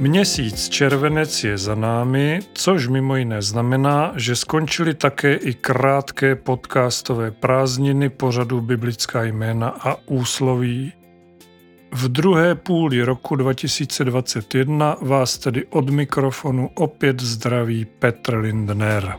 Měsíc červenec je za námi, což mimo jiné znamená, že skončily také i krátké podcastové prázdniny pořadu Biblická jména a úsloví. V druhé půli roku 2021 vás tedy od mikrofonu opět zdraví Petr Lindner.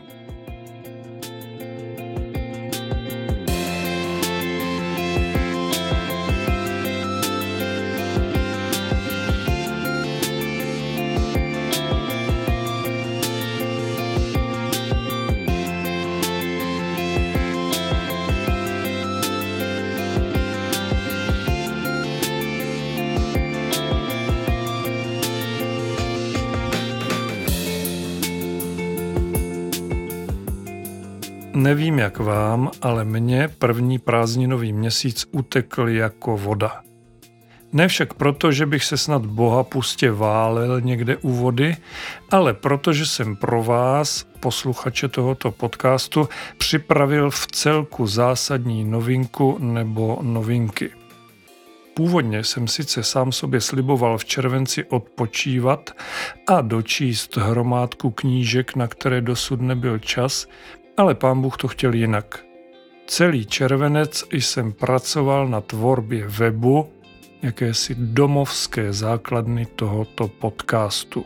Nevím jak vám, ale mně první prázdninový měsíc utekl jako voda. Ne však proto, že bych se snad bohapustě válel někde u vody, ale protože jsem pro vás, posluchače tohoto podcastu, připravil vcelku zásadní novinku nebo novinky. Původně jsem sice sám sobě sliboval v červenci odpočívat a dočíst hromádku knížek, na které dosud nebyl čas, ale Pán Bůh to chtěl jinak. Celý červenec jsem pracoval na tvorbě webu, jakési domovské základny tohoto podcastu.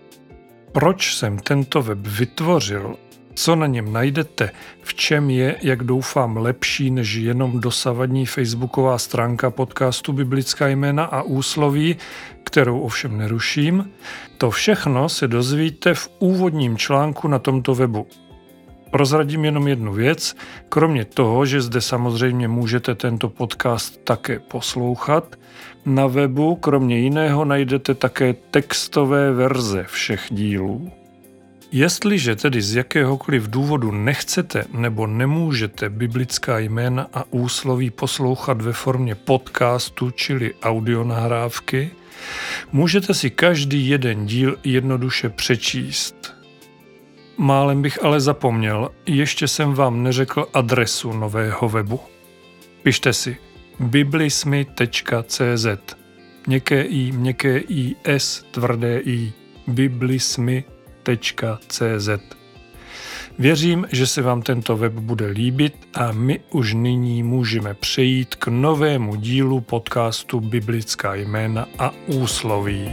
Proč jsem tento web vytvořil? Co na něm najdete? V čem je, jak doufám, lepší než jenom dosavadní facebooková stránka podcastu Biblická jména a úsloví, kterou ovšem neruším? To všechno se dozvíte v úvodním článku na tomto webu. Prozradím jenom jednu věc, kromě toho, že zde samozřejmě můžete tento podcast také poslouchat, na webu kromě jiného najdete také textové verze všech dílů. Jestliže tedy z jakéhokoliv důvodu nechcete nebo nemůžete biblická jména a úsloví poslouchat ve formě podcastu, čili audionahrávky, můžete si každý jeden díl jednoduše přečíst. Málem bych ale zapomněl, ještě jsem vám neřekl adresu nového webu. Pište si biblismy.cz, měkké i, s, tvrdé i, biblismy.cz. Věřím, že se vám tento web bude líbit a my už nyní můžeme přejít k novému dílu podcastu Biblická jména a úsloví.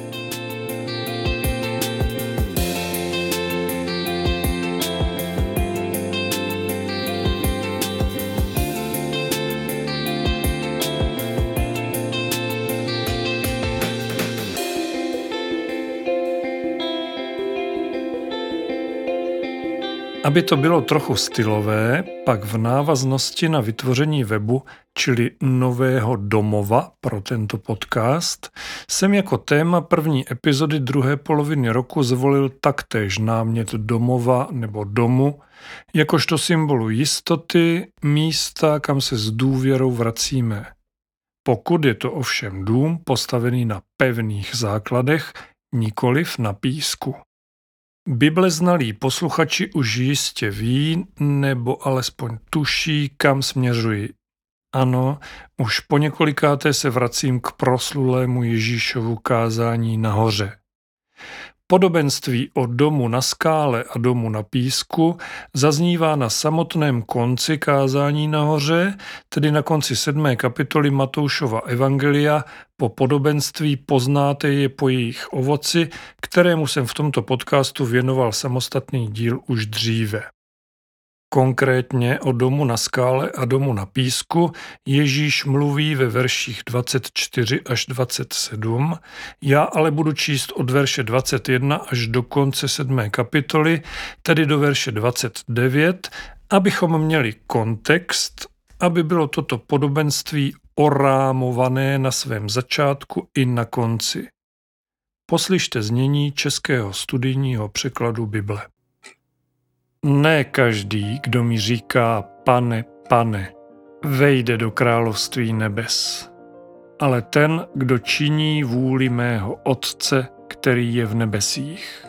Aby to bylo trochu stylové, pak v návaznosti na vytvoření webu, čili nového domova pro tento podcast, jsem jako téma první epizody druhé poloviny roku zvolil taktéž námět domova nebo domu, jakožto symbolu jistoty, místa, kam se s důvěrou vracíme. Pokud je to ovšem dům postavený na pevných základech, nikoliv na písku. Bibleznalí posluchači už jistě ví, nebo alespoň tuší, kam směřuji. Ano, už poněkolikáté se vracím k proslulému Ježíšovu kázání nahoře. Podobenství o domu na skále a domu na písku zaznívá na samotném konci kázání nahoře, tedy na konci 7. kapitoly Matoušova evangelia. Po podobenství poznáte je po jejich ovoci, kterému jsem v tomto podcastu věnoval samostatný díl už dříve. Konkrétně o domu na skále a domu na písku Ježíš mluví ve verších 24 až 27, já ale budu číst od verše 21 až do konce 7. kapitoly, tedy do verše 29, abychom měli kontext, aby bylo toto podobenství orámované na svém začátku i na konci. Poslyšte znění českého studijního překladu Bible. Ne každý, kdo mi říká Pane, Pane, vejde do království nebes, ale ten, kdo činí vůli mého Otce, který je v nebesích.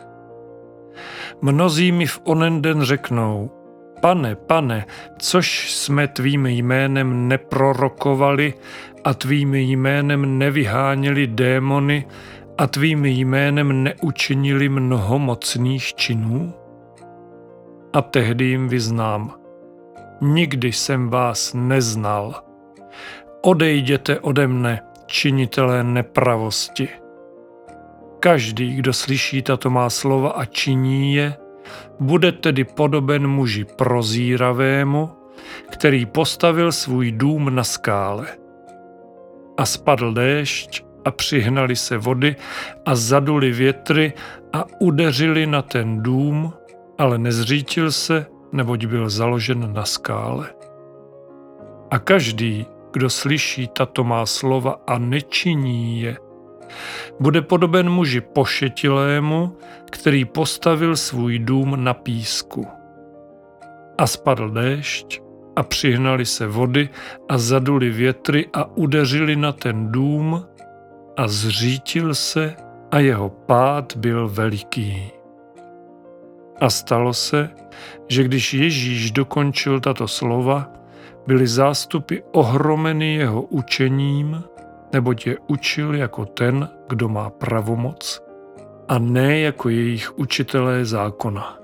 Mnozí mi v onen den řeknou, Pane, Pane, což jsme tvým jménem neprorokovali a tvým jménem nevyháněli démony a tvým jménem neučinili mnoho mocných činů? A tehdy jim vyznám, nikdy jsem vás neznal. Odejděte ode mne, činitelé nepravosti. Každý, kdo slyší tato má slova a činí je, bude tedy podoben muži prozíravému, který postavil svůj dům na skále. A spadl déšť a přihnali se vody a zaduli větry a udeřili na ten dům, ale nezřítil se, neboť byl založen na skále. A každý, kdo slyší tato má slova a nečiní je, bude podoben muži pošetilému, který postavil svůj dům na písku. A spadl déšť a přihnali se vody a zaduli větry a udeřili na ten dům a zřítil se a jeho pád byl veliký. A stalo se, že když Ježíš dokončil tato slova, byly zástupy ohromeny jeho učením, neboť je učil jako ten, kdo má pravomoc, a ne jako jejich učitelé zákona.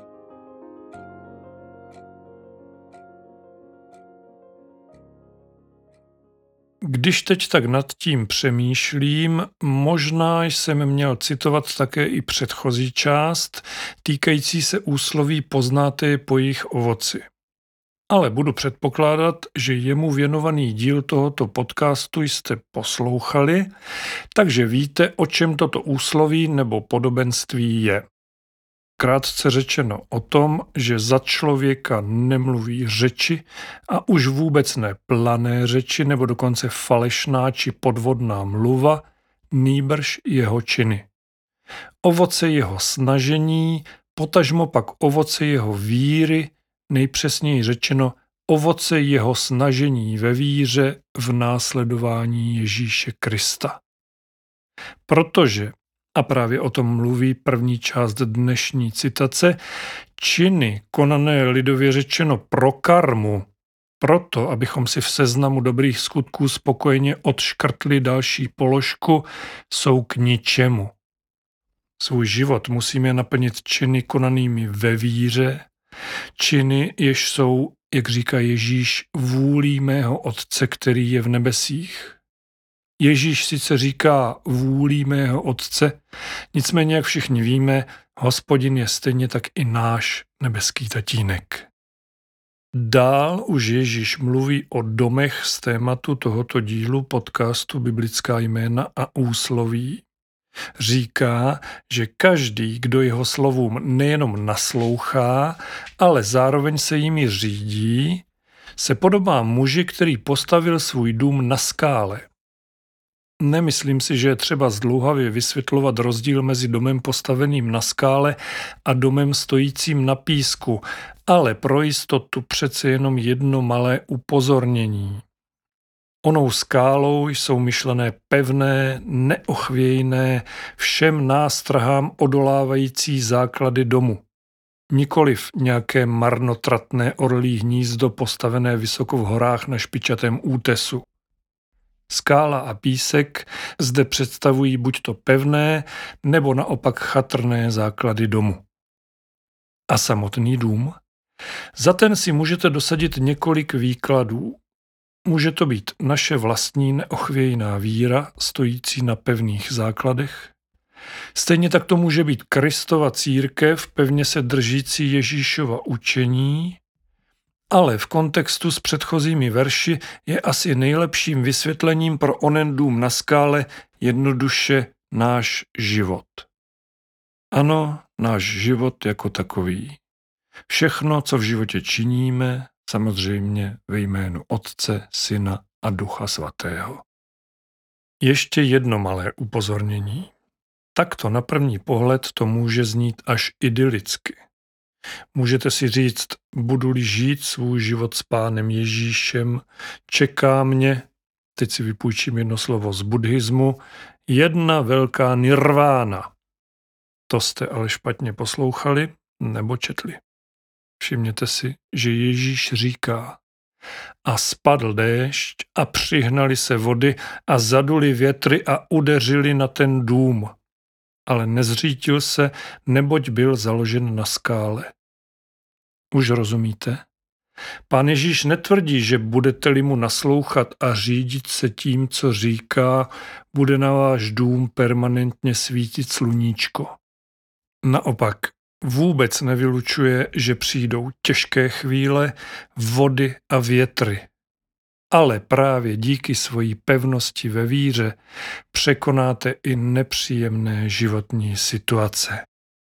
Když teď tak nad tím přemýšlím, možná jsem měl citovat také i předchozí část, týkající se úsloví poznáte je po jejich ovoci. Ale budu předpokládat, že jemu věnovaný díl tohoto podcastu jste poslouchali, takže víte, o čem toto úsloví nebo podobenství je. Krátce řečeno o tom, že za člověka nemluví řeči a už vůbec ne plané řeči nebo dokonce falešná či podvodná mluva, nýbrž jeho činy. Ovoce jeho snažení, potažmo pak ovoce jeho víry, nejpřesněji řečeno ovoce jeho snažení ve víře v následování Ježíše Krista. Protože, a právě o tom mluví první část dnešní citace, činy konané lidově řečeno pro karmu, proto, abychom si v seznamu dobrých skutků spokojeně odškrtli další položku, jsou k ničemu. Svůj život musíme naplnit činy konanými ve víře, činy, jež jsou, jak říká Ježíš, vůlí mého Otce, který je v nebesích. Ježíš sice říká vůlí mého Otce, nicméně, jak všichni víme, Hospodin je stejně tak i náš nebeský tatínek. Dál už Ježíš mluví o domech z tématu tohoto dílu podcastu Biblická jména a úsloví. Říká, že každý, kdo jeho slovům nejenom naslouchá, ale zároveň se jimi řídí, se podobá muži, který postavil svůj dům na skále. Nemyslím si, že je třeba zdlouhavě vysvětlovat rozdíl mezi domem postaveným na skále a domem stojícím na písku, ale pro jistotu přece jenom jedno malé upozornění. Onou skálou jsou myšlené pevné, neochvějné, všem nástrahám odolávající základy domu. Nikoliv nějaké marnotratné orlí hnízdo postavené vysoko v horách na špičatém útesu. Skála a písek zde představují buď to pevné, nebo naopak chatrné základy domu. A samotný dům? Za ten si můžete dosadit několik výkladů. Může to být naše vlastní neochvějná víra, stojící na pevných základech. Stejně tak to může být Kristova církev, pevně se držící Ježíšova učení, ale v kontextu s předchozími verši je asi nejlepším vysvětlením pro onen dům na skále jednoduše náš život. Ano, náš život jako takový. Všechno, co v životě činíme, samozřejmě ve jménu Otce, Syna a Ducha Svatého. Ještě jedno malé upozornění. Takto na první pohled to může znít až idylicky. Můžete si říct, budu-li žít svůj život s Pánem Ježíšem, čeká mě, teď si vypůjčím jedno slovo z buddhismu, jedna velká nirvána. To jste ale špatně poslouchali nebo četli. Všimněte si, že Ježíš říká: a spadl déšť a přihnali se vody a zaduli větry a udeřili na ten dům. ale nezřítil se, neboť byl založen na skále. Už rozumíte? Pán Ježíš netvrdí, že budete-li mu naslouchat a řídit se tím, co říká, bude na váš dům permanentně svítit sluníčko. Naopak, vůbec nevylučuje, že přijdou těžké chvíle, vody a větry. Ale právě díky svojí pevnosti ve víře překonáte i nepříjemné životní situace.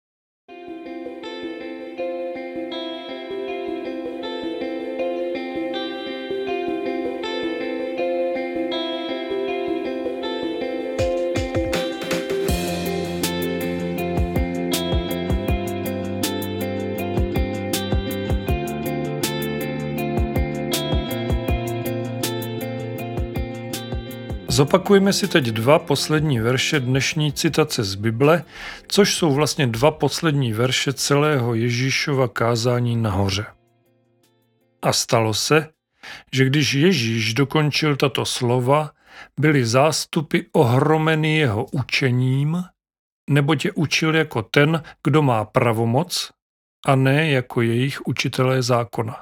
Zopakujeme si teď 2 poslední verše dnešní citace z Bible, což jsou vlastně 2 poslední verše celého Ježíšova kázání nahoře. A stalo se, že když Ježíš dokončil tato slova, byly zástupy ohromeny jeho učením, neboť je učil jako ten, kdo má pravomoc, a ne jako jejich učitelé zákona.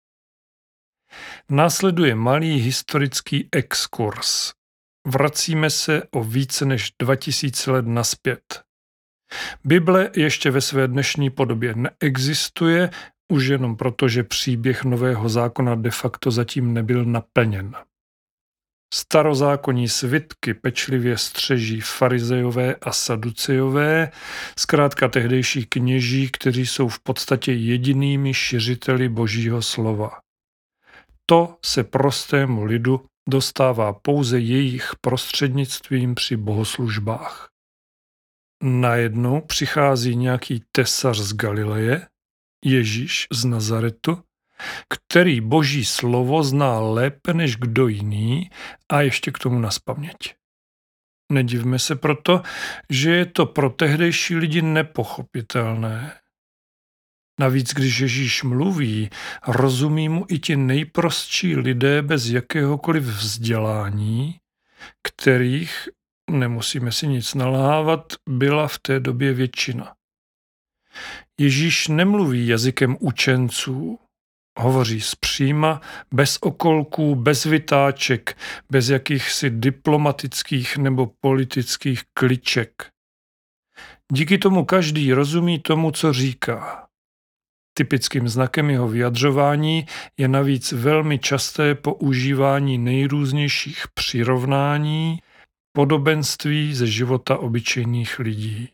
Následuje malý historický exkurs. Vracíme se o více než 2000 let nazpět. Bible ještě ve své dnešní podobě neexistuje, už jenom proto, že příběh Nového zákona de facto zatím nebyl naplněn. Starozákonní svitky pečlivě střeží farizejové a saducejové, zkrátka tehdejší kněží, kteří jsou v podstatě jedinými šiřiteli Božího slova. To se prostému lidu dostává pouze jejich prostřednictvím při bohoslužbách. Najednou přichází nějaký tesař z Galileje, Ježíš z Nazaretu, který Boží slovo zná lépe než kdo jiný a ještě k tomu nazpaměť. Nedivme se proto, že je to pro tehdejší lidi nepochopitelné. Navíc, když Ježíš mluví, rozumí mu i ti nejprostší lidé bez jakéhokoliv vzdělání, kterých, nemusíme si nic nalhávat, byla v té době většina. Ježíš nemluví jazykem učenců, hovoří zpříma, bez okolků, bez vytáček, bez jakýchsi diplomatických nebo politických kliček. Díky tomu každý rozumí tomu, co říká. Typickým znakem jeho vyjadřování je navíc velmi časté používání nejrůznějších přirovnání, podobenství ze života obyčejných lidí.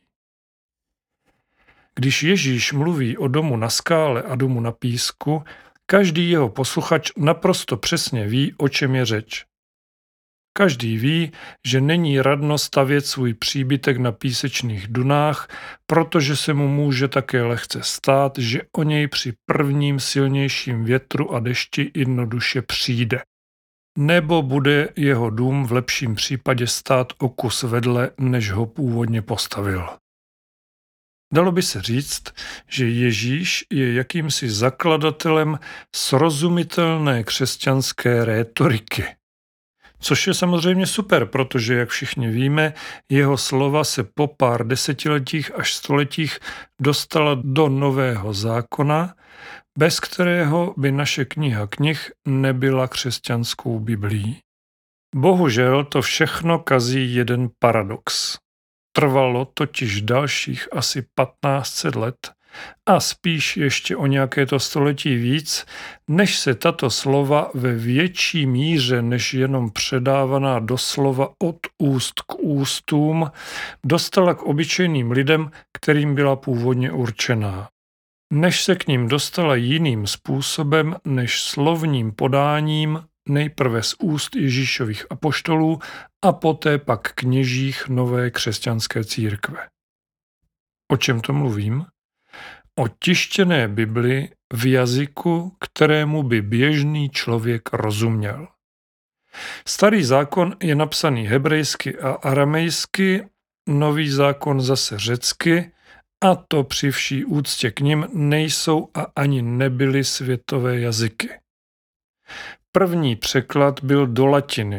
Když Ježíš mluví o domu na skále a domu na písku, každý jeho posluchač naprosto přesně ví, o čem je řeč. Každý ví, že není radno stavět svůj příbytek na písečných dunách, protože se mu může také lehce stát, že o něj při prvním silnějším větru a dešti jednoduše přijde. Nebo bude jeho dům v lepším případě stát o kus vedle, než ho původně postavil. Dalo by se říct, že Ježíš je jakýmsi zakladatelem srozumitelné křesťanské rétoriky. Což je samozřejmě super, protože, jak všichni víme, jeho slova se po pár desetiletích až stoletích dostala do Nového zákona, bez kterého by naše kniha knih nebyla křesťanskou biblií. Bohužel to všechno kazí jeden paradox. Trvalo totiž dalších asi 1500 let a spíš ještě o nějaké to století víc, než se tato slova ve větší míře než jenom předávaná doslova od úst k ústům dostala k obyčejným lidem, kterým byla původně určená. Než se k ním dostala jiným způsobem než slovním podáním, nejprve z úst Ježíšových apoštolů a poté pak kněžích nové křesťanské církve. O čem to mluvím? O tištěné Bibli v jazyku, kterému by běžný člověk rozuměl. Starý zákon je napsaný hebrejsky a aramejsky, nový zákon zase řecky, a to při vší úctě k nim nejsou a ani nebyly světové jazyky. První překlad byl do latiny,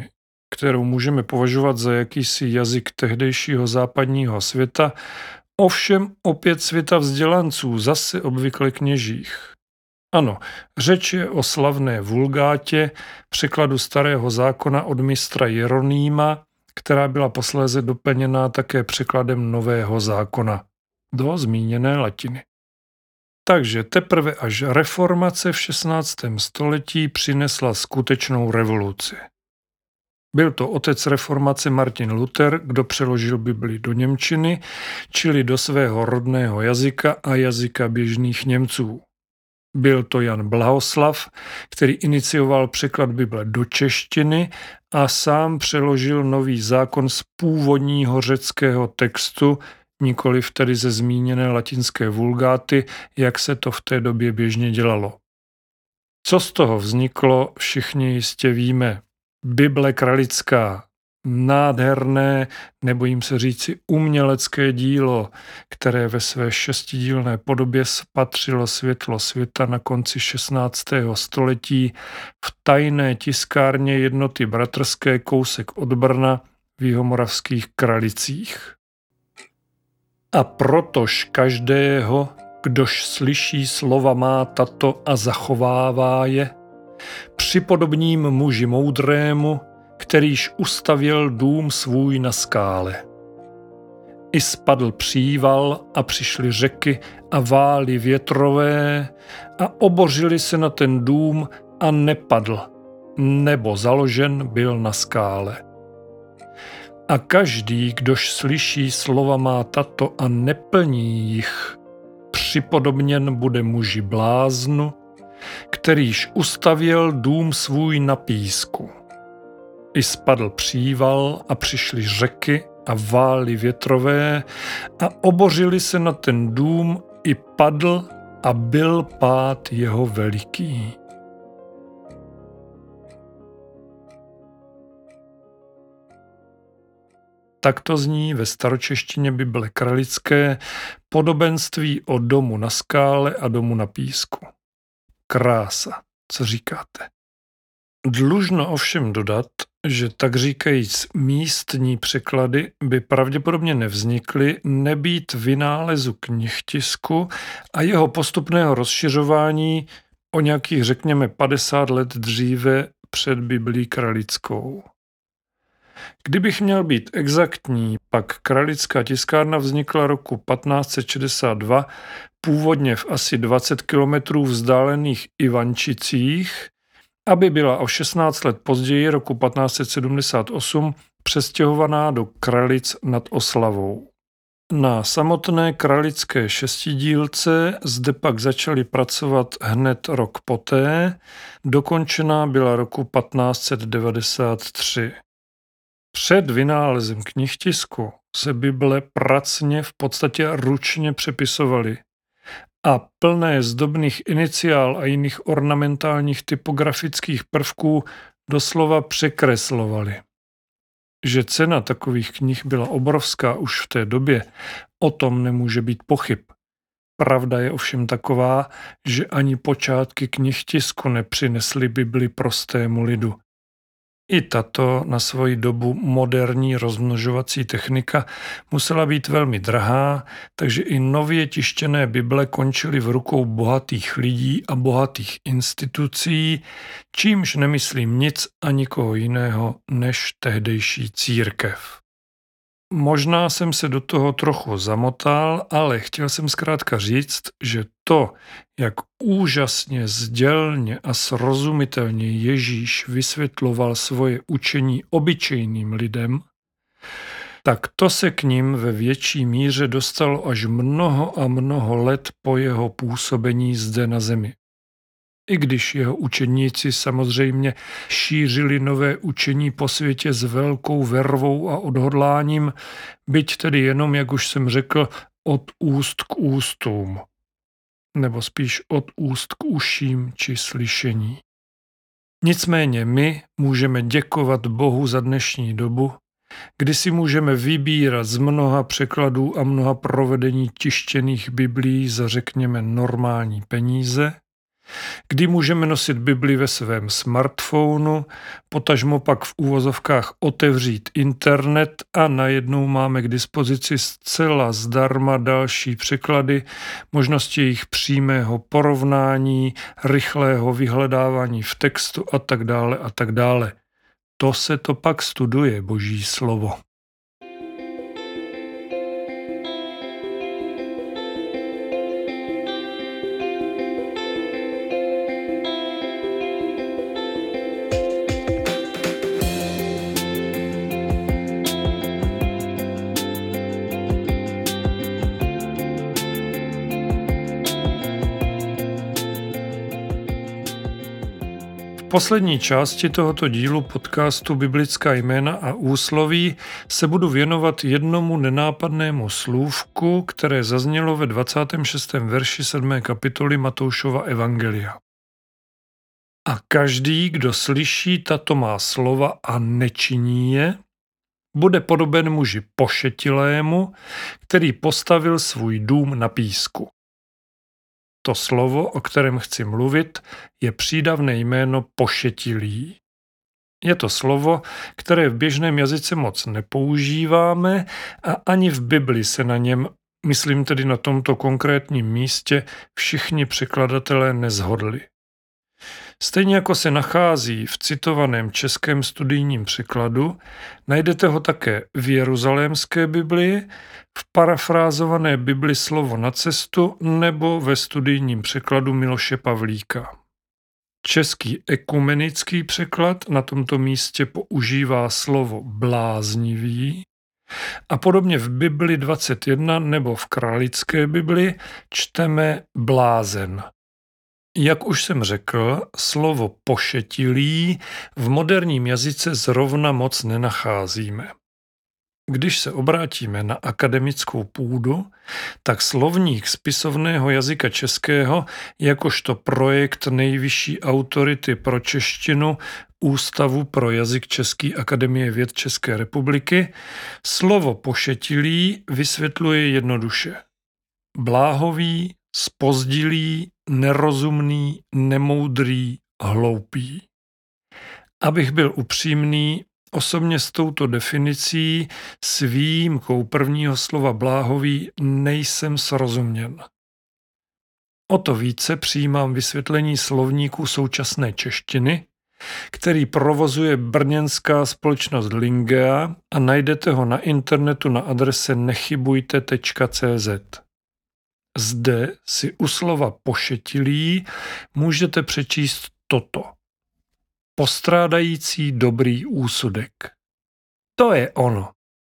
kterou můžeme považovat za jakýsi jazyk tehdejšího západního světa, ovšem opět světa vzdělanců, zase obvykle kněžích. Ano, řeč je o slavné vulgátě, překladu Starého zákona od mistra Jeronýma, která byla posléze doplněná také překladem Nového zákona do zmíněné latiny. Takže teprve až reformace v 16. století přinesla skutečnou revoluci. Byl to otec reformace Martin Luther, kdo přeložil Bibli do němčiny, čili do svého rodného jazyka a jazyka běžných Němců. Byl to Jan Blahoslav, který inicioval překlad Bible do češtiny a sám přeložil Nový zákon z původního řeckého textu, nikoliv tedy ze zmíněné latinské vulgáty, jak se to v té době běžně dělalo. Co z toho vzniklo, všichni jistě víme. Bible kralická, nádherné, nebojím se říci umělecké dílo, které ve své šestidílné podobě spatřilo světlo světa na konci 16. století v tajné tiskárně Jednoty bratrské kousek od Brna v Jihomoravských Kralicích. A protož každého, kdož slyší slova má tato a zachovává je, připodobním muži moudrému, kterýž ustavil dům svůj na skále. I spadl příval a přišly řeky a vály větrové a obořili se na ten dům a nepadl, nebo založen byl na skále. A každý, kdož slyší slova má tato a neplní jich, připodobněn bude muži bláznu, kterýž ustavil dům svůj na písku. I spadl příval a přišly řeky a vály větrové a obořili se na ten dům i padl a byl pád jeho veliký. Takto zní ve staročeštině Bible kralické podobenství o domu na skále a domu na písku. Krása, co říkáte? Dlužno ovšem dodat, že tak říkajíc místní překlady by pravděpodobně nevznikly nebýt vynálezu knihtisku a jeho postupného rozšiřování o nějakých, řekněme, 50 let dříve před Biblí kralickou. Kdybych měl být exaktní, pak kralická tiskárna vznikla roku 1562, původně v asi 20 kilometrů vzdálených Ivančicích, aby byla o 16 let později, roku 1578, přestěhovaná do Kralic nad Oslavou. Na samotné kralické šestidílce zde pak začali pracovat hned rok poté, dokončená byla roku 1593. Před vynálezem knihtisku se Bible pracně v podstatě ručně přepisovaly a plné zdobných iniciál a jiných ornamentálních typografických prvků doslova překreslovaly. Že cena takových knih byla obrovská už v té době, o tom nemůže být pochyb. Pravda je ovšem taková, že ani počátky knihtisku nepřinesly Bibli prostému lidu. I tato na svoji dobu moderní rozmnožovací technika musela být velmi drahá, takže i nově tištěné Bible končily v rukou bohatých lidí a bohatých institucí, čímž nemyslím nic a nikoho jiného než tehdejší církev. Možná jsem se do toho trochu zamotal, ale chtěl jsem zkrátka říct, že to, jak úžasně sdělně a srozumitelně Ježíš vysvětloval svoje učení obyčejným lidem, tak to se k nim ve větší míře dostalo až mnoho a mnoho let po jeho působení zde na zemi. I když jeho učeníci samozřejmě šířili nové učení po světě s velkou vervou a odhodláním, byť tedy jenom, jak už jsem řekl, od úst k ústům, nebo spíš od úst k uším či slyšení. Nicméně my můžeme děkovat Bohu za dnešní dobu, kdy si můžeme vybírat z mnoha překladů a mnoha provedení tištěných biblií za, řekněme, normální peníze, kdy můžeme nosit Bibli ve svém smartphonu, potažmo pak v úvozovkách otevřít internet a najednou máme k dispozici zcela zdarma další překlady, možnosti jejich přímého porovnání, rychlého vyhledávání v textu a tak dále a tak dále. To se to pak studuje, Boží slovo. V poslední části tohoto dílu podcastu Biblická jména a úsloví se budu věnovat jednomu nenápadnému slůvku, které zaznělo ve 26. verši 7. kapitoly Matoušova evangelia. A každý, kdo slyší tato má slova a nečiní je, bude podoben muži pošetilému, který postavil svůj dům na písku. To slovo, o kterém chci mluvit, je přídavné jméno pošetilý. Je to slovo, které v běžném jazyce moc nepoužíváme a ani v Bibli se na něm, myslím tedy na tomto konkrétním místě, všichni překladatelé neshodli. Stejně jako se nachází v citovaném českém studijním překladu, najdete ho také v Jeruzalémské Biblii, v parafrázované Bibli Slovo na cestu nebo ve studijním překladu Miloše Pavlíka. Český ekumenický překlad na tomto místě používá slovo bláznivý a podobně v Bibli 21 nebo v Kralické Bibli čteme blázen. Jak už jsem řekl, slovo pošetilý v moderním jazyce zrovna moc nenacházíme. Když se obrátíme na akademickou půdu, tak slovník spisovného jazyka českého, jakožto projekt nejvyšší autority pro češtinu Ústavu pro jazyk český Akademie věd České republiky, slovo pošetilý vysvětluje jednoduše. Bláhový, zpozdilý, nerozumný, nemoudrý, hloupý. Abych byl upřímný, osobně s touto definicí s výjimkou prvního slova bláhový nejsem srozuměn. O to více přijímám vysvětlení slovníku současné češtiny, který provozuje brněnská společnost Lingea a najdete ho na internetu na adrese nechybujte.cz. Zde si u slova pošetilý můžete přečíst toto. Postrádající dobrý úsudek. To je ono.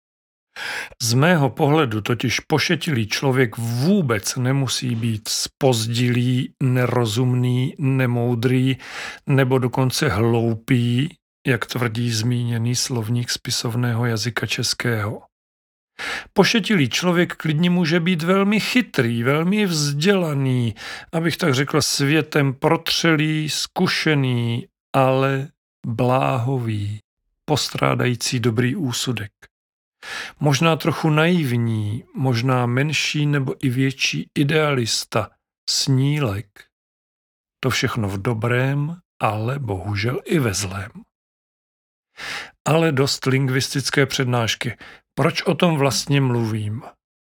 Z mého pohledu totiž pošetilý člověk vůbec nemusí být zpozdilý, nerozumný, nemoudrý nebo dokonce hloupý, jak tvrdí zmíněný slovník spisovného jazyka českého. Pošetilý člověk klidně může být velmi chytrý, velmi vzdělaný, abych tak řekl světem protřelý, zkušený, ale bláhový, postrádající dobrý úsudek. Možná trochu naivní, možná menší nebo i větší idealista, snílek. To všechno v dobrém, ale bohužel i ve zlém. Ale dost lingvistické přednášky. Proč o tom vlastně mluvím?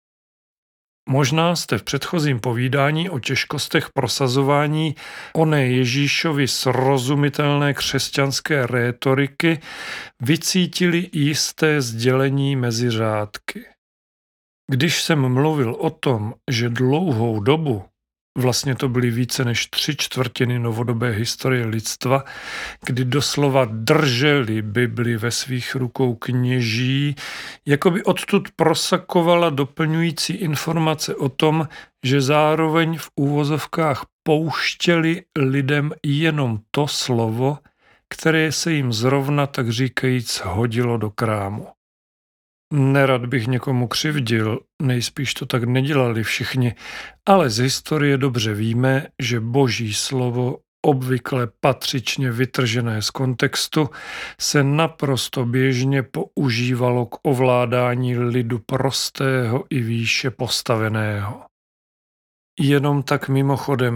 Možná jste v předchozím povídání o těžkostech prosazování oné Ježíšovy srozumitelné křesťanské rétoriky vycítili jisté sdělení mezi řádky. Když jsem mluvil o tom, že dlouhou dobu, vlastně to byly více než 3/4 novodobé historie lidstva, kdy doslova drželi Bibli ve svých rukou kněží, jako by odtud prosakovala doplňující informace o tom, že zároveň v úvozovkách pouštěli lidem jenom to slovo, které se jim zrovna tak říkajíc hodilo do krámu. Nerad bych někomu křivdil, nejspíš to tak nedělali všichni, ale z historie dobře víme, že Boží slovo, obvykle patřičně vytržené z kontextu, se naprosto běžně používalo k ovládání lidu prostého i výše postaveného. Jenom tak mimochodem,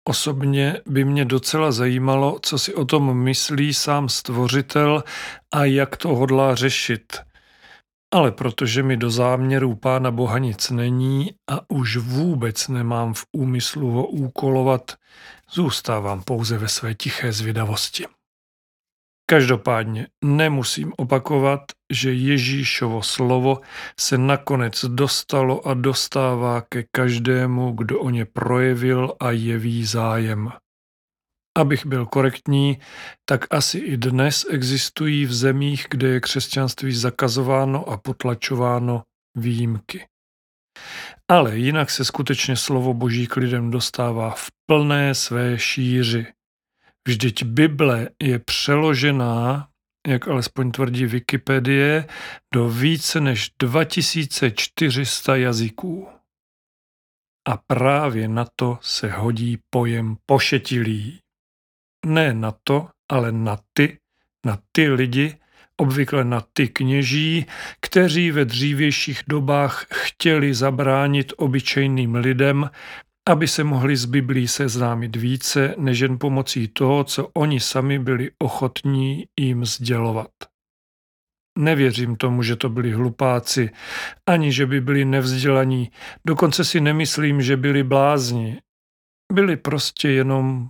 Osobně by mě docela zajímalo, co si o tom myslí sám stvořitel a jak to hodlá řešit. Ale protože mi do záměrů Pána Boha nic není a už vůbec nemám v úmyslu ho úkolovat, zůstávám pouze ve své tiché zvědavosti. Každopádně nemusím opakovat, že Ježíšovo slovo se nakonec dostalo a dostává ke každému, kdo o ně projevil a jeví zájem. Abych byl korektní, tak asi i dnes existují v zemích, kde je křesťanství zakazováno a potlačováno, výjimky. Ale jinak se skutečně slovo Boží k lidem dostává v plné své šíři. Vždyť Bible je přeložená, jak alespoň tvrdí Wikipedie, do více než 2400 jazyků. A právě na to se hodí pojem pošetilý. Ne na to, ale na ty lidi, obvykle na ty kněží, kteří ve dřívějších dobách chtěli zabránit obyčejným lidem, aby se mohli s Biblí seznámit více, než jen pomocí toho, co oni sami byli ochotní jim sdělovat. Nevěřím tomu, že to byli hlupáci, ani že by byli nevzdělaní, dokonce si nemyslím, že byli blázni. Byli prostě jenom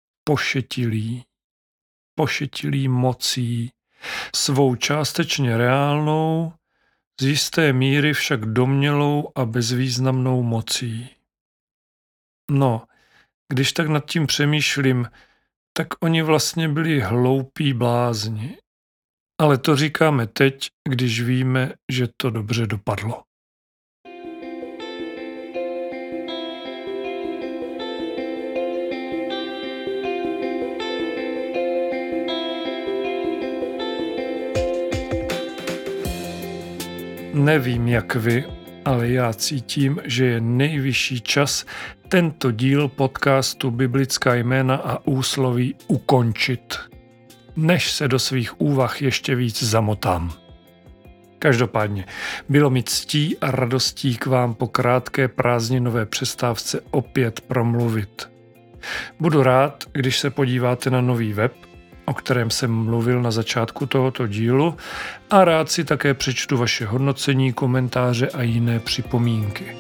pošetilí mocí, svou částečně reálnou, z jisté míry však domnělou a bezvýznamnou mocí. No, když tak nad tím přemýšlím, tak oni vlastně byli hloupí blázni. Ale to říkáme teď, když víme, že to dobře dopadlo. Nevím, jak vy, ale já cítím, že je nejvyšší čas tento díl podcastu Biblická jména a úsloví ukončit, než se do svých úvah ještě víc zamotám. Každopádně bylo mi ctí a radostí k vám po krátké prázdninové přestávce opět promluvit. Budu rád, když se podíváte na nový web, o kterém jsem mluvil na začátku tohoto dílu, a rád si také přečtu vaše hodnocení, komentáře a jiné připomínky.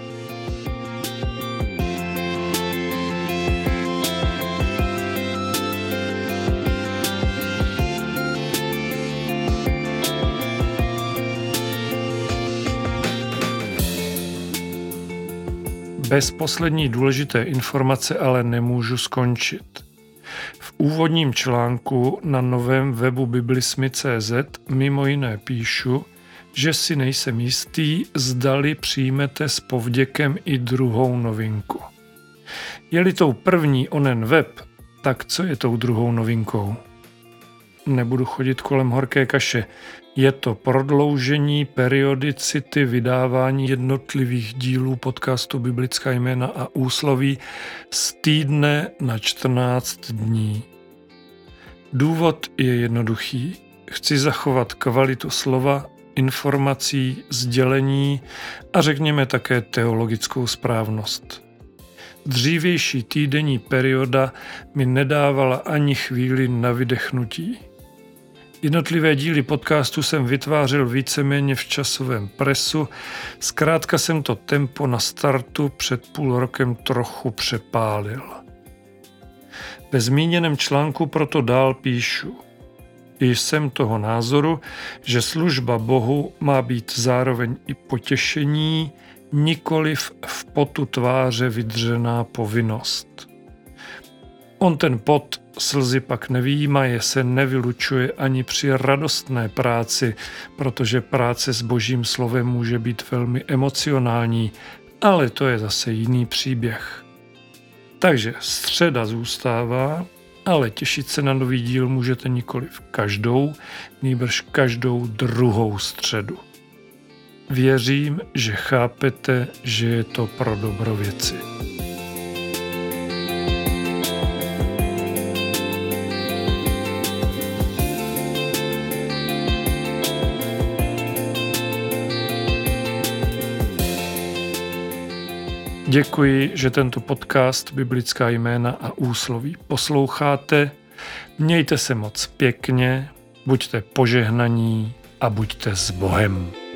Bez poslední důležité informace ale nemůžu skončit. V úvodním článku na novém webu biblismy.cz mimo jiné píšu, že si nejsem jistý, zdali přijmete s povděkem i druhou novinku. Je-li tou první onen web, tak co je tou druhou novinkou? Nebudu chodit kolem horké kaše. Je to prodloužení periodicity vydávání jednotlivých dílů podcastu Biblická jména a úsloví z týdne na 14 dní. Důvod je jednoduchý. Chci zachovat kvalitu slova, informací, sdělení a řekněme také teologickou správnost. Dřívější týdenní perioda mi nedávala ani chvíli na vydechnutí. Jednotlivé díly podcastu jsem vytvářel víceméně v časovém presu, zkrátka jsem to tempo na startu před půl rokem trochu přepálil. Ve zmíněném článku proto dál píšu. Jsem toho názoru, že služba Bohu má být zároveň i potěšení, nikoliv v potu tváře vydřená povinnost. On ten pot slzy pak nevyjímaje se nevylučuje ani při radostné práci, protože práce s Božím slovem může být velmi emocionální, ale to je zase jiný příběh. Takže středa zůstává, ale těšit se na nový díl můžete nikoliv každou, nýbrž každou druhou středu. Věřím, že chápete, že je to pro dobro věci. Děkuji, že tento podcast Biblická jména a úsloví posloucháte. Mějte se moc pěkně, buďte požehnaní a buďte s Bohem.